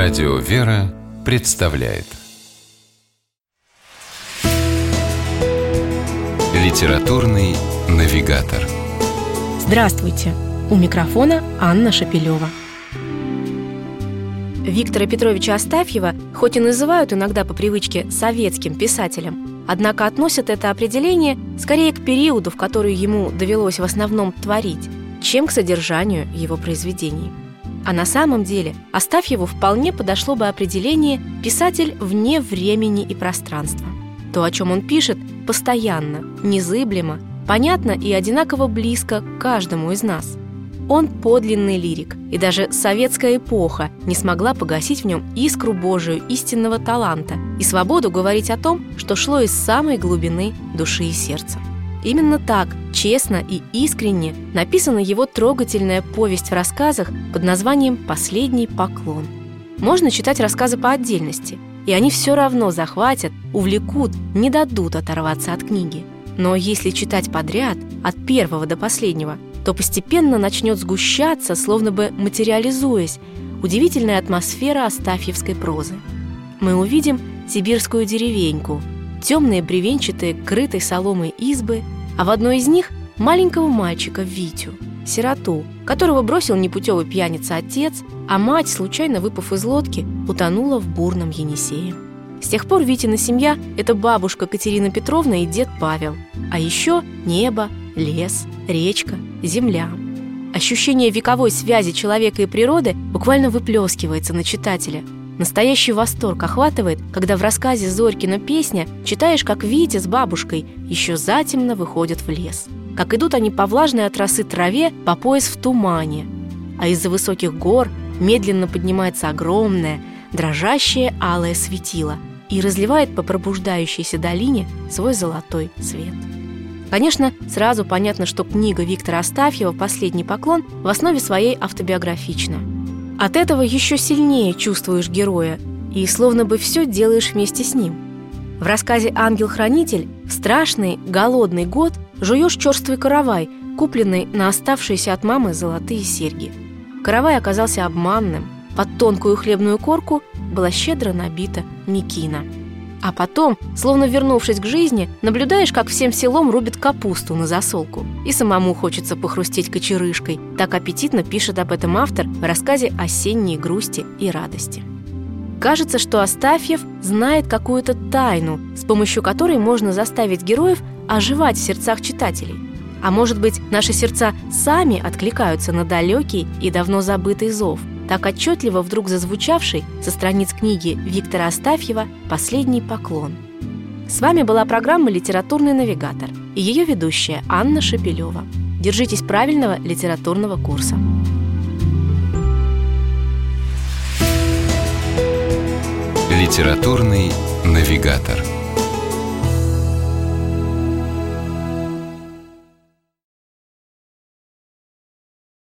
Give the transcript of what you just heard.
Радио «Вера» представляет Литературный навигатор. Здравствуйте! У микрофона Анна Шапилева. Виктора Петровича Астафьева хоть и называют иногда по привычке советским писателем, однако относят это определение скорее к периоду, в который ему довелось в основном творить, чем к содержанию его произведений. А на самом деле Астафьеву вполне подошло бы определение «писатель вне времени и пространства». То, о чем он пишет, постоянно, незыблемо, понятно и одинаково близко к каждому из нас. Он подлинный лирик, и даже советская эпоха не смогла погасить в нем искру Божию истинного таланта и свободу говорить о том, что шло из самой глубины души и сердца. Именно так, честно и искренне, написана его трогательная повесть в рассказах под названием «Последний поклон». Можно читать рассказы по отдельности, и они все равно захватят, увлекут, не дадут оторваться от книги. Но если читать подряд, от первого до последнего, то постепенно начнет сгущаться, словно бы материализуясь, удивительная атмосфера астафьевской прозы. Мы увидим сибирскую деревеньку, темные бревенчатые, крытой соломой избы, а в одной из них маленького мальчика Витю, сироту, которого бросил непутевый пьяница отец, а мать, случайно выпав из лодки, утонула в бурном Енисее. С тех пор Витина семья – это бабушка Катерина Петровна и дед Павел, а еще небо, лес, речка, земля. Ощущение вековой связи человека и природы буквально выплескивается на читателя. Настоящий восторг охватывает, когда в рассказе Зорькина «Песня» читаешь, как Витя с бабушкой еще затемно выходят в лес, как идут они по влажной от росы траве по пояс в тумане, а из-за высоких гор медленно поднимается огромное, дрожащее алое светило и разливает по пробуждающейся долине свой золотой свет. Конечно, сразу понятно, что книга Виктора Астафьева «Последний поклон» в основе своей автобиографична. От этого еще сильнее чувствуешь героя и словно бы все делаешь вместе с ним. В рассказе «Ангел-хранитель» в страшный, голодный год жуешь черствый каравай, купленный на оставшиеся от мамы золотые серьги. Каравай оказался обманным, под тонкую хлебную корку была щедро набита мекина. А потом, словно вернувшись к жизни, наблюдаешь, как всем селом рубят капусту на засолку. И самому хочется похрустеть кочерышкой. Так аппетитно пишет об этом автор в рассказе «Осенние грусти и радости». Кажется, что Астафьев знает какую-то тайну, с помощью которой можно заставить героев оживать в сердцах читателей. А может быть, наши сердца сами откликаются на далекий и давно забытый зов, так отчетливо вдруг зазвучавший со страниц книги Виктора Астафьева «Последний поклон». С вами была программа «Литературный навигатор» и ее ведущая Анна Шапилева. Держитесь правильного литературного курса. Литературный навигатор.